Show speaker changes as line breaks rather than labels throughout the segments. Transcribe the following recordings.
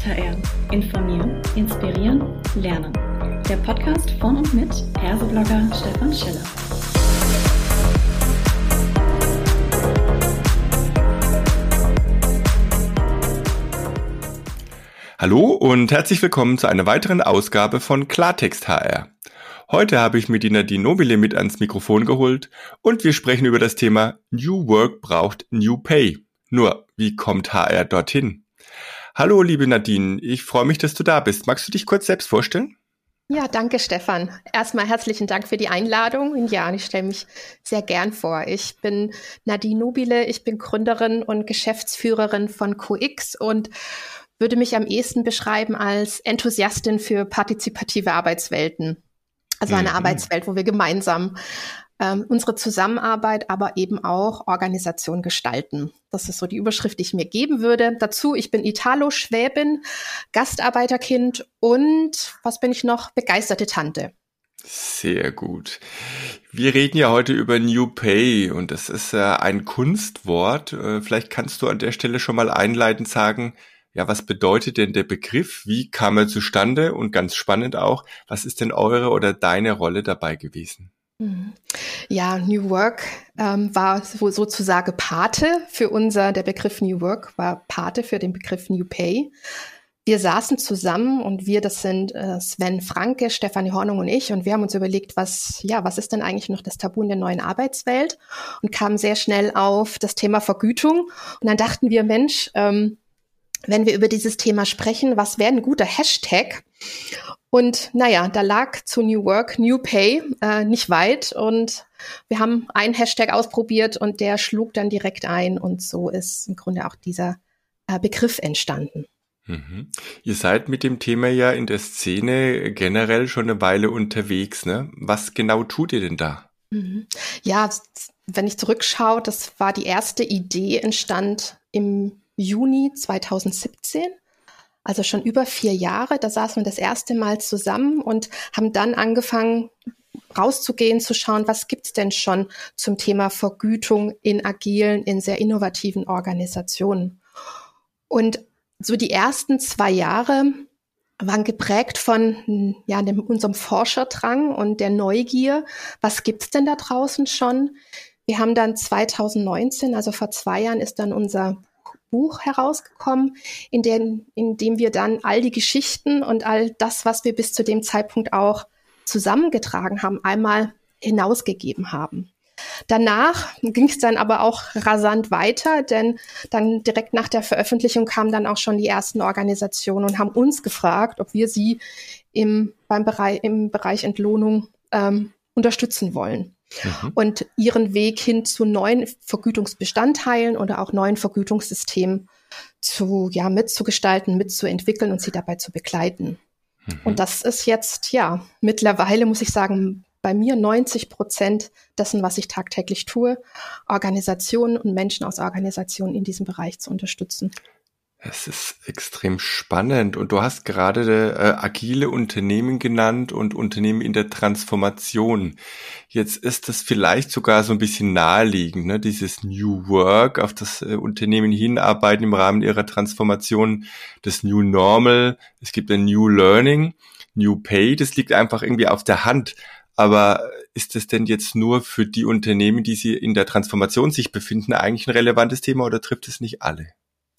Klartext HR. Informieren, inspirieren, lernen. Der Podcast von und mit Perso-Blogger Stefan Schiller.
Hallo und herzlich willkommen zu einer weiteren Ausgabe von Klartext HR. Heute habe ich mir die Nadine Nobile mit ans Mikrofon geholt und wir sprechen über das Thema New Work braucht New Pay. Nur, wie kommt HR dorthin? Hallo liebe Nadine, ich freue mich, dass du da bist. Magst du dich kurz selbst vorstellen?
Ja, danke Stefan. Erstmal herzlichen Dank für die Einladung. Und ja, ich stelle mich sehr gern vor. Ich bin Nadine Nobile, ich bin Gründerin und Geschäftsführerin von QX und würde mich am ehesten beschreiben als Enthusiastin für partizipative Arbeitswelten. Also eine Arbeitswelt, wo wir gemeinsam unsere Zusammenarbeit, aber eben auch Organisation gestalten. Das ist so die Überschrift, die ich mir geben würde. Dazu, ich bin Italo-Schwäbin, Gastarbeiterkind und, was bin ich noch, begeisterte Tante.
Sehr gut. Wir reden ja heute über New Pay und das ist ein Kunstwort. Vielleicht kannst du an der Stelle schon mal einleitend sagen, ja, was bedeutet denn der Begriff? Wie kam er zustande? Und ganz spannend auch, was ist denn eure oder deine Rolle dabei gewesen?
Ja, New Work war sozusagen Pate für der Begriff New Work war Pate für den Begriff New Pay. Wir saßen zusammen und das sind Sven Franke, Stefanie Hornung und ich, und wir haben uns überlegt, was ist denn eigentlich noch das Tabu in der neuen Arbeitswelt, und kamen sehr schnell auf das Thema Vergütung. Und dann dachten wir, Mensch, wenn wir über dieses Thema sprechen, was wäre ein guter Hashtag? Und da lag zu New Work, New Pay nicht weit, und wir haben einen Hashtag ausprobiert und der schlug dann direkt ein, und so ist im Grunde auch dieser Begriff entstanden.
Mhm. Ihr seid mit dem Thema ja in der Szene generell schon eine Weile unterwegs, ne? Was genau tut ihr denn da?
Ja, wenn ich zurückschaue, das war die erste Idee, entstand im Juni 2017. Also schon über 4 Jahre, da saßen wir das erste Mal zusammen und haben dann angefangen, rauszugehen, zu schauen, was gibt's denn schon zum Thema Vergütung in agilen, in sehr innovativen Organisationen. Und so die ersten 2 Jahre waren geprägt von unserem Forscherdrang und der Neugier. Was gibt's denn da draußen schon? Wir haben dann 2019, also vor 2 Jahren, ist dann unser Buch herausgekommen, in dem wir dann all die Geschichten und all das, was wir bis zu dem Zeitpunkt auch zusammengetragen haben, einmal hinausgegeben haben. Danach ging es dann aber auch rasant weiter, denn dann direkt nach der Veröffentlichung kamen dann auch schon die ersten Organisationen und haben uns gefragt, ob wir sie im Bereich Entlohnung unterstützen wollen. Und ihren Weg hin zu neuen Vergütungsbestandteilen oder auch neuen Vergütungssystemen mitzugestalten, mitzuentwickeln und sie dabei zu begleiten. Und das ist jetzt, mittlerweile, muss ich sagen, bei mir 90% dessen, was ich tagtäglich tue, Organisationen und Menschen aus Organisationen in diesem Bereich zu unterstützen.
Es ist extrem spannend und du hast gerade agile Unternehmen genannt und Unternehmen in der Transformation. Jetzt ist das vielleicht sogar so ein bisschen naheliegend, ne? Dieses New Work, auf das Unternehmen hinarbeiten im Rahmen ihrer Transformation, das New Normal, es gibt ein New Learning, New Pay, das liegt einfach irgendwie auf der Hand. Aber ist es denn jetzt nur für die Unternehmen, die sie in der Transformation sich befinden, eigentlich ein relevantes Thema oder trifft es nicht alle?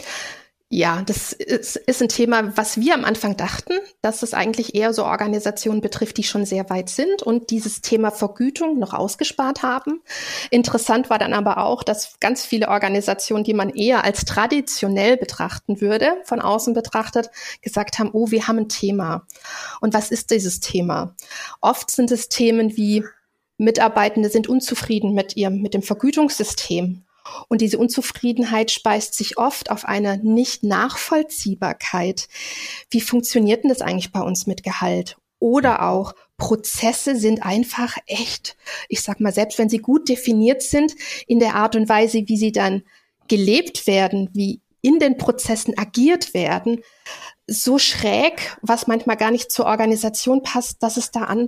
Ja, das ist ein Thema, was wir am Anfang dachten, dass es eigentlich eher so Organisationen betrifft, die schon sehr weit sind und dieses Thema Vergütung noch ausgespart haben. Interessant war dann aber auch, dass ganz viele Organisationen, die man eher als traditionell betrachten würde, von außen betrachtet, gesagt haben, oh, wir haben ein Thema. Und was ist dieses Thema? Oft sind es Themen wie Mitarbeitende sind unzufrieden mit dem Vergütungssystem. Und diese Unzufriedenheit speist sich oft auf eine Nicht-Nachvollziehbarkeit. Wie funktioniert denn das eigentlich bei uns mit Gehalt? Oder auch Prozesse sind einfach echt, ich sag mal, selbst wenn sie gut definiert sind, in der Art und Weise, wie sie dann gelebt werden, wie in den Prozessen agiert werden, so schräg, was manchmal gar nicht zur Organisation passt, dass es da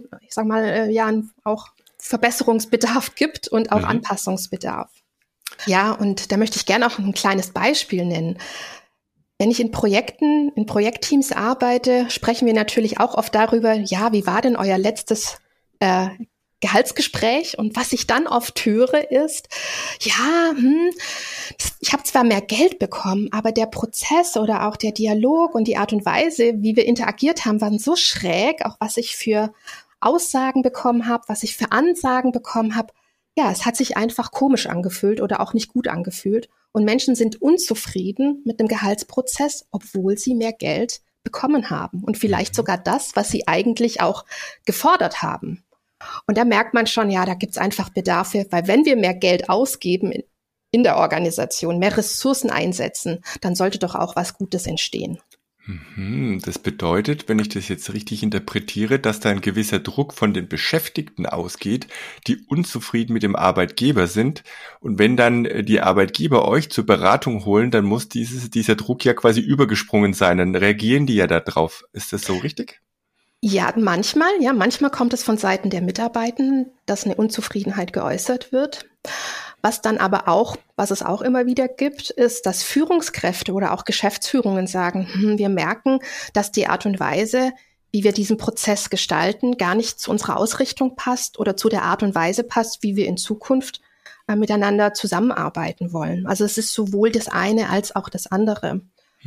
auch Verbesserungsbedarf gibt und auch Anpassungsbedarf. Ja, und da möchte ich gerne auch ein kleines Beispiel nennen. Wenn ich in Projektteams arbeite, sprechen wir natürlich auch oft darüber, ja, wie war denn euer letztes Gehaltsgespräch? Und was ich dann oft höre ist, ja, ich habe zwar mehr Geld bekommen, aber der Prozess oder auch der Dialog und die Art und Weise, wie wir interagiert haben, waren so schräg, auch was ich für Aussagen bekommen habe, was ich für Ansagen bekommen habe. Ja, es hat sich einfach komisch angefühlt oder auch nicht gut angefühlt. Und Menschen sind unzufrieden mit dem Gehaltsprozess, obwohl sie mehr Geld bekommen haben und vielleicht sogar das, was sie eigentlich auch gefordert haben. Und da merkt man schon, ja, da gibt's einfach Bedarfe, weil wenn wir mehr Geld ausgeben in der Organisation, mehr Ressourcen einsetzen, dann sollte doch auch was Gutes entstehen.
Das bedeutet, wenn ich das jetzt richtig interpretiere, dass da ein gewisser Druck von den Beschäftigten ausgeht, die unzufrieden mit dem Arbeitgeber sind. Und wenn dann die Arbeitgeber euch zur Beratung holen, dann muss dieser Druck ja quasi übergesprungen sein. Dann reagieren die ja da drauf. Ist das so richtig?
Ja, manchmal kommt es von Seiten der Mitarbeitenden, dass eine Unzufriedenheit geäußert wird. Was es auch immer wieder gibt, ist, dass Führungskräfte oder auch Geschäftsführungen sagen, wir merken, dass die Art und Weise, wie wir diesen Prozess gestalten, gar nicht zu unserer Ausrichtung passt oder zu der Art und Weise passt, wie wir in Zukunft miteinander zusammenarbeiten wollen. Also es ist sowohl das eine als auch das andere.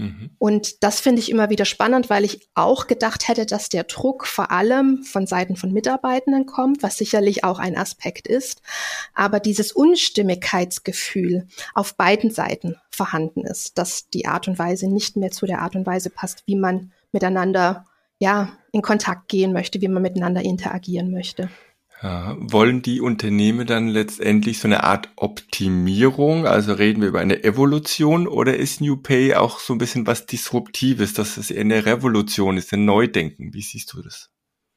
Und das finde ich immer wieder spannend, weil ich auch gedacht hätte, dass der Druck vor allem von Seiten von Mitarbeitenden kommt, was sicherlich auch ein Aspekt ist, aber dieses Unstimmigkeitsgefühl auf beiden Seiten vorhanden ist, dass die Art und Weise nicht mehr zu der Art und Weise passt, wie man miteinander in Kontakt gehen möchte, wie man miteinander interagieren möchte.
Ja, wollen die Unternehmen dann letztendlich so eine Art Optimierung, also reden wir über eine Evolution, oder ist New Pay auch so ein bisschen was Disruptives, dass es eher eine Revolution ist, ein Neudenken? Wie siehst du das?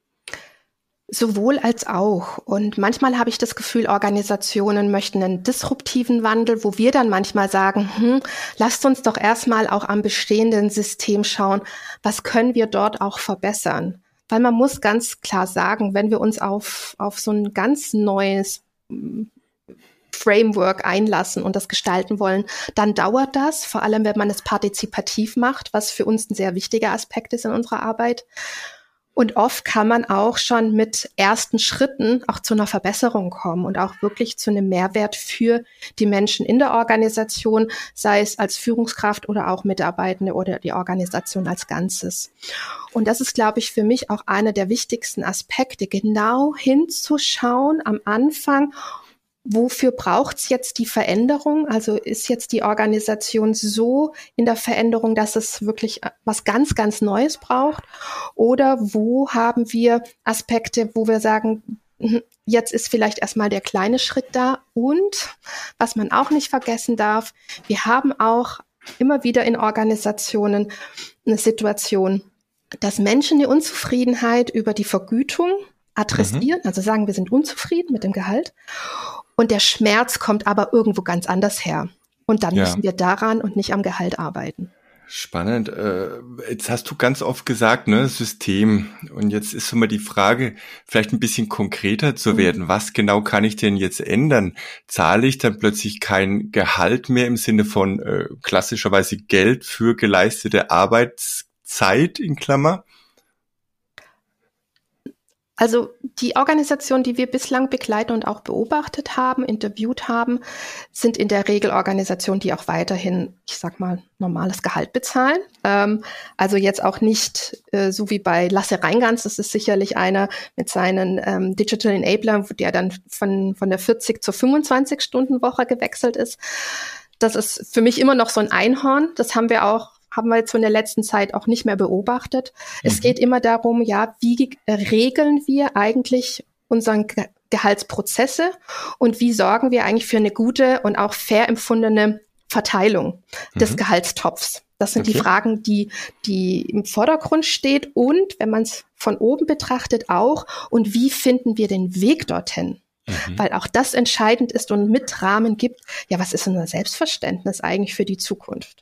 Sowohl als auch. Und manchmal habe ich das Gefühl, Organisationen möchten einen disruptiven Wandel, wo wir dann manchmal sagen, lasst uns doch erstmal auch am bestehenden System schauen, was können wir dort auch verbessern? Weil man muss ganz klar sagen, wenn wir uns auf so ein ganz neues Framework einlassen und das gestalten wollen, dann dauert das, vor allem wenn man es partizipativ macht, was für uns ein sehr wichtiger Aspekt ist in unserer Arbeit. Und oft kann man auch schon mit ersten Schritten auch zu einer Verbesserung kommen und auch wirklich zu einem Mehrwert für die Menschen in der Organisation, sei es als Führungskraft oder auch Mitarbeitende oder die Organisation als Ganzes. Und das ist, glaube ich, für mich auch einer der wichtigsten Aspekte, genau hinzuschauen am Anfang, wofür braucht's jetzt die Veränderung? Also ist jetzt die Organisation so in der Veränderung, dass es wirklich was ganz, ganz Neues braucht? Oder wo haben wir Aspekte, wo wir sagen, jetzt ist vielleicht erstmal der kleine Schritt da? Und was man auch nicht vergessen darf, wir haben auch immer wieder in Organisationen eine Situation, dass Menschen die Unzufriedenheit über die Vergütung adressieren, also sagen, wir sind unzufrieden mit dem Gehalt. Und der Schmerz kommt aber irgendwo ganz anders her. Und dann müssen wir daran und nicht am Gehalt arbeiten.
Spannend. Jetzt hast du ganz oft gesagt, System. Und jetzt ist so mal die Frage, vielleicht ein bisschen konkreter zu werden. Was genau kann ich denn jetzt ändern? Zahle ich dann plötzlich kein Gehalt mehr im Sinne von klassischerweise Geld für geleistete Arbeitszeit in Klammer?
Also die Organisationen, die wir bislang begleiten und auch beobachtet haben, interviewt haben, sind in der Regel Organisationen, die auch weiterhin, ich sag mal, normales Gehalt bezahlen. Also jetzt auch nicht so wie bei Lasse Reingans, das ist sicherlich einer mit seinen Digital Enablern, der dann von der 40 zur 25-Stunden-Woche gewechselt ist. Das ist für mich immer noch so ein Einhorn. Das haben wir jetzt so in der letzten Zeit auch nicht mehr beobachtet. Es geht immer darum, wie regeln wir eigentlich unseren Gehaltsprozesse und wie sorgen wir eigentlich für eine gute und auch fair empfundene Verteilung des Gehaltstopfs. Das sind die Fragen, die im Vordergrund steht und, wenn man es von oben betrachtet, auch, und wie finden wir den Weg dorthin? Weil auch das entscheidend ist und mit Rahmen gibt, was ist unser Selbstverständnis eigentlich für die Zukunft?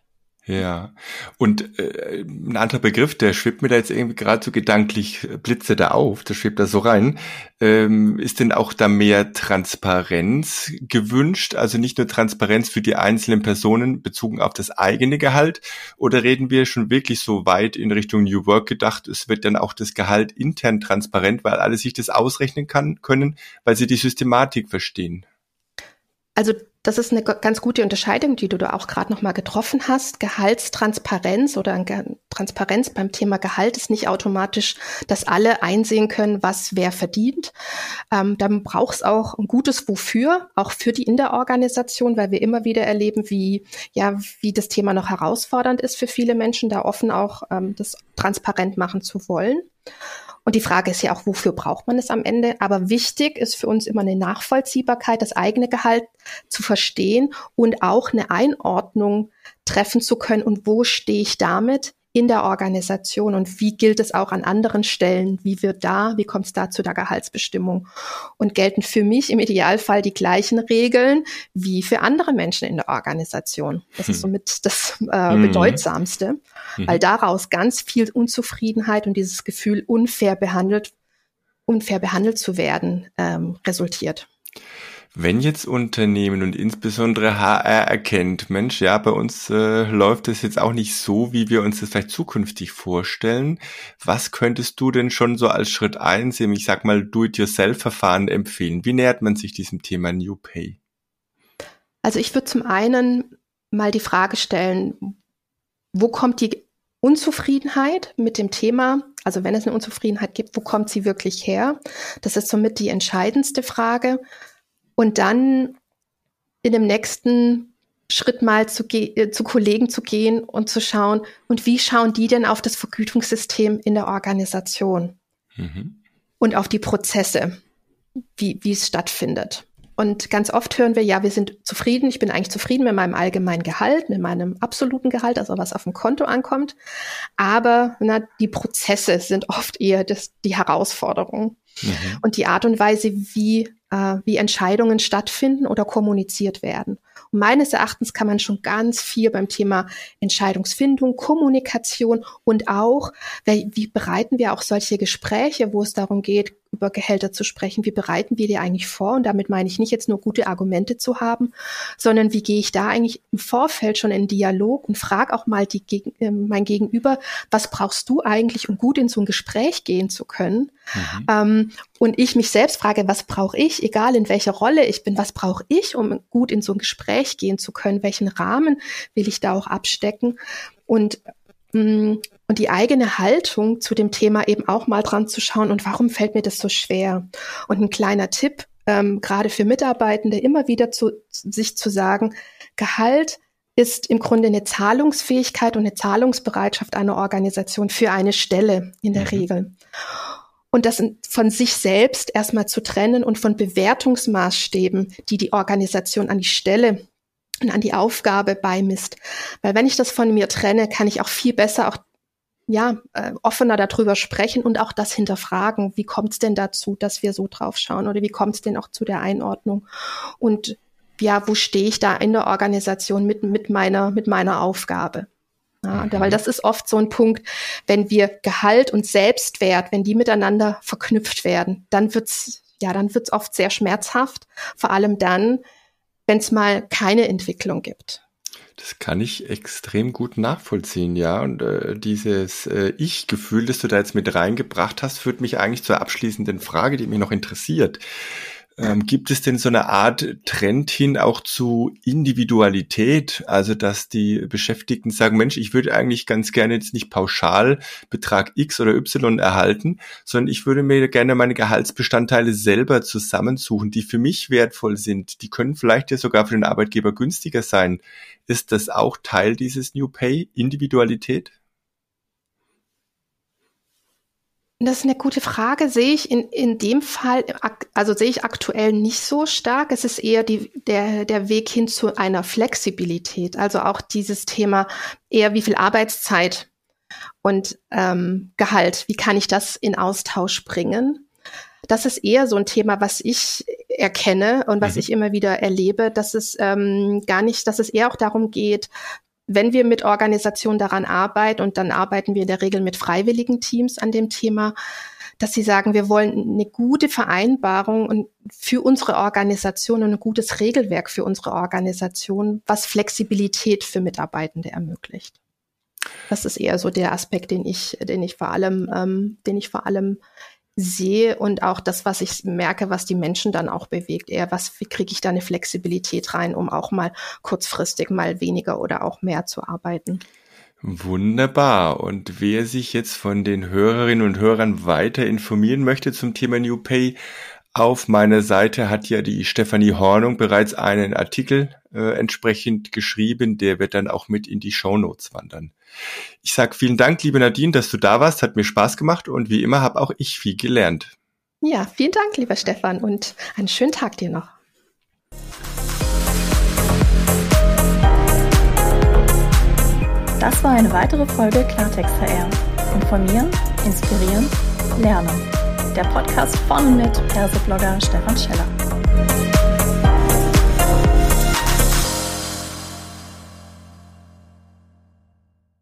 Ja, und ein anderer Begriff, der schwebt mir da jetzt irgendwie gerade so gedanklich, blitze da auf, das schwebt da so rein. Ist denn auch da mehr Transparenz gewünscht? Also nicht nur Transparenz für die einzelnen Personen bezogen auf das eigene Gehalt? Oder reden wir schon wirklich so weit in Richtung New Work gedacht, es wird dann auch das Gehalt intern transparent, weil alle sich das ausrechnen können, weil sie die Systematik verstehen?
Also das ist eine ganz gute Unterscheidung, die du da auch gerade nochmal getroffen hast. Gehaltstransparenz oder Transparenz beim Thema Gehalt ist nicht automatisch, dass alle einsehen können, was wer verdient. Dann braucht es auch ein gutes Wofür, auch für die in der Organisation, weil wir immer wieder erleben, wie das Thema noch herausfordernd ist für viele Menschen, da offen auch das transparent machen zu wollen. Und die Frage ist ja auch, wofür braucht man es am Ende? Aber wichtig ist für uns immer eine Nachvollziehbarkeit, das eigene Gehalt zu verstehen und auch eine Einordnung treffen zu können. Und wo stehe ich damit in der Organisation und wie gilt es auch an anderen Stellen? Wie kommt es da zu der Gehaltsbestimmung? Und gelten für mich im Idealfall die gleichen Regeln wie für andere Menschen in der Organisation. Das ist somit das Bedeutsamste, weil daraus ganz viel Unzufriedenheit und dieses Gefühl, unfair behandelt zu werden, resultiert.
Wenn jetzt Unternehmen und insbesondere HR erkennt, Mensch, ja, bei uns läuft es jetzt auch nicht so, wie wir uns das vielleicht zukünftig vorstellen. Was könntest du denn schon so als Schritt 1 im, ich sag mal, Do-it-yourself-Verfahren empfehlen? Wie nähert man sich diesem Thema New Pay?
Also ich würde zum einen mal die Frage stellen, wo kommt die Unzufriedenheit mit dem Thema? Also wenn es eine Unzufriedenheit gibt, wo kommt sie wirklich her? Das ist somit die entscheidendste Frage. Und dann in dem nächsten Schritt mal zu Kollegen zu gehen und zu schauen, und wie schauen die denn auf das Vergütungssystem in der Organisation und auf die Prozesse, wie es stattfindet. Und ganz oft hören wir, ja, wir sind zufrieden, ich bin eigentlich zufrieden mit meinem allgemeinen Gehalt, mit meinem absoluten Gehalt, also was auf dem Konto ankommt. Aber die Prozesse sind oft eher die Herausforderung. Und die Art und Weise, wie Entscheidungen stattfinden oder kommuniziert werden. Und meines Erachtens kann man schon ganz viel beim Thema Entscheidungsfindung, Kommunikation und auch, wie bereiten wir auch solche Gespräche, wo es darum geht, über Gehälter zu sprechen, wie bereiten wir die eigentlich vor? Und damit meine ich nicht jetzt nur gute Argumente zu haben, sondern wie gehe ich da eigentlich im Vorfeld schon in Dialog und frage auch mal mein Gegenüber, was brauchst du eigentlich, um gut in so ein Gespräch gehen zu können? Und ich mich selbst frage, was brauche ich, egal in welcher Rolle ich bin, was brauche ich, um gut in so ein Gespräch gehen zu können? Welchen Rahmen will ich da auch abstecken? Und die eigene Haltung zu dem Thema eben auch mal dran zu schauen, und warum fällt mir das so schwer? Und ein kleiner Tipp, gerade für Mitarbeitende, immer wieder sich zu sagen, Gehalt ist im Grunde eine Zahlungsfähigkeit und eine Zahlungsbereitschaft einer Organisation für eine Stelle in der Regel. Und das von sich selbst erstmal zu trennen und von Bewertungsmaßstäben, die Organisation an die Stelle und an die Aufgabe beimisst. Weil wenn ich das von mir trenne, kann ich auch viel besser offener darüber sprechen und auch das hinterfragen. Wie kommt es denn dazu, dass wir so drauf schauen? Oder wie kommt es denn auch zu der Einordnung? Und wo stehe ich da in der Organisation mit meiner Aufgabe? Ja, weil das ist oft so ein Punkt, wenn wir Gehalt und Selbstwert, wenn die miteinander verknüpft werden, dann wird's oft sehr schmerzhaft, vor allem dann, wenn es mal keine Entwicklung gibt.
Das kann ich extrem gut nachvollziehen, ja. Und dieses Ich-Gefühl, das du da jetzt mit reingebracht hast, führt mich eigentlich zur abschließenden Frage, die mich noch interessiert. Gibt es denn so eine Art Trend hin auch zu Individualität? Also, dass die Beschäftigten sagen, Mensch, ich würde eigentlich ganz gerne jetzt nicht pauschal Betrag X oder Y erhalten, sondern ich würde mir gerne meine Gehaltsbestandteile selber zusammensuchen, die für mich wertvoll sind. Die können vielleicht ja sogar für den Arbeitgeber günstiger sein. Ist das auch Teil dieses New Pay, Individualität?
Das ist eine gute Frage. Sehe ich in dem Fall, also sehe ich aktuell nicht so stark. Es ist eher der Weg hin zu einer Flexibilität. Also auch dieses Thema eher, wie viel Arbeitszeit und Gehalt, wie kann ich das in Austausch bringen? Das ist eher so ein Thema, was ich erkenne und was ich immer wieder erlebe, dass es dass es eher auch darum geht, wenn wir mit Organisationen daran arbeiten, und dann arbeiten wir in der Regel mit freiwilligen Teams an dem Thema, dass sie sagen, wir wollen eine gute Vereinbarung und für unsere Organisation und ein gutes Regelwerk für unsere Organisation, was Flexibilität für Mitarbeitende ermöglicht. Das ist eher so der Aspekt, den ich vor allem sehe, und auch das, was ich merke, was die Menschen dann auch bewegt. Eher, wie kriege ich da eine Flexibilität rein, um auch mal kurzfristig mal weniger oder auch mehr zu arbeiten.
Wunderbar. Und wer sich jetzt von den Hörerinnen und Hörern weiter informieren möchte zum Thema New Pay, auf meiner Seite hat ja die Stefanie Hornung bereits einen Artikel entsprechend geschrieben, der wird dann auch mit in die Shownotes wandern. Ich sage vielen Dank, liebe Nadine, dass du da warst, hat mir Spaß gemacht und wie immer habe auch ich viel gelernt.
Ja, vielen Dank, lieber Stefan, und einen schönen Tag dir noch.
Das war eine weitere Folge Klartext HR. Informieren, inspirieren, lernen. Der Podcast von und mit Persoblogger Stefan Scheller.